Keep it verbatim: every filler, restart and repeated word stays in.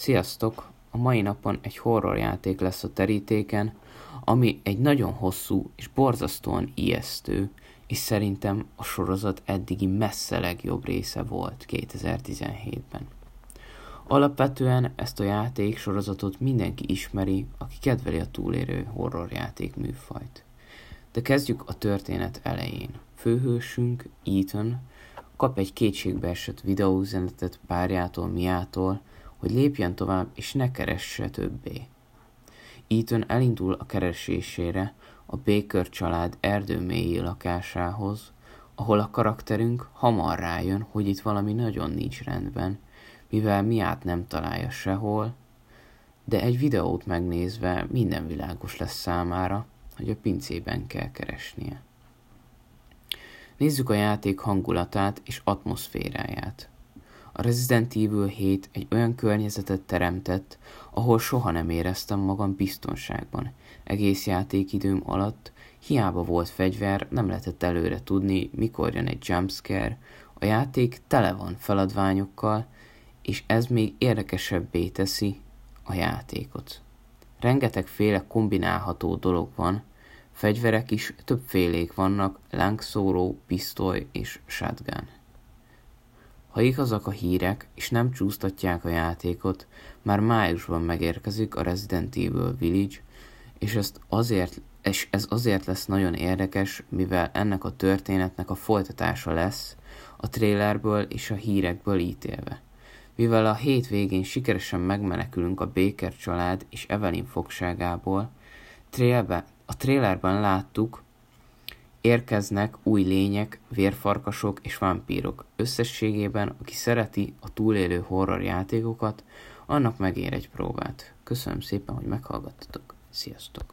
Sziasztok! A mai napon egy horrorjáték lesz a terítéken, ami egy nagyon hosszú és borzasztóan ijesztő, és szerintem a sorozat eddigi messze legjobb része volt kétezer-tizenhétben. Alapvetően ezt a játék sorozatot mindenki ismeri, aki kedveli a túlélő horrorjáték műfajt. De kezdjük a történet elején. Főhősünk, Ethan, kap egy kétségbeesett videóüzenetet párjától, Miától, hogy lépjen tovább és ne keresse többé. Ethan elindul a keresésére a Baker család erdőmélyi lakásához, ahol a karakterünk hamar rájön, hogy itt valami nagyon nincs rendben, mivel Miát nem találja sehol, de egy videót megnézve minden világos lesz számára, hogy a pincében kell keresnie. Nézzük a játék hangulatát és atmoszféráját. A Resident Evil hét egy olyan környezetet teremtett, ahol soha nem éreztem magam biztonságban. Egész játékidőm alatt hiába volt fegyver, nem lehetett előre tudni, mikor jön egy jumpscare. A játék tele van feladványokkal, és ez még érdekesebbé teszi a játékot. Rengetegféle kombinálható dolog van, fegyverek is többfélék vannak, lángszóró, pisztoly és shotgun. Ha igazak a hírek, és nem csúsztatják a játékot, már májusban megérkezik a Resident Evil Village, és, ezt azért, és ez azért lesz nagyon érdekes, mivel ennek a történetnek a folytatása lesz a trailerből és a hírekből ítélve. Mivel a hét végén sikeresen megmenekülünk a Baker család és Evelyn fogságából, trailerben, a trailerben láttuk, érkeznek új lények, vérfarkasok és vámpírok. Összességében, aki szereti a túlélő horror játékokat, annak megér egy próbát. Köszönöm szépen, hogy meghallgattatok. Sziasztok!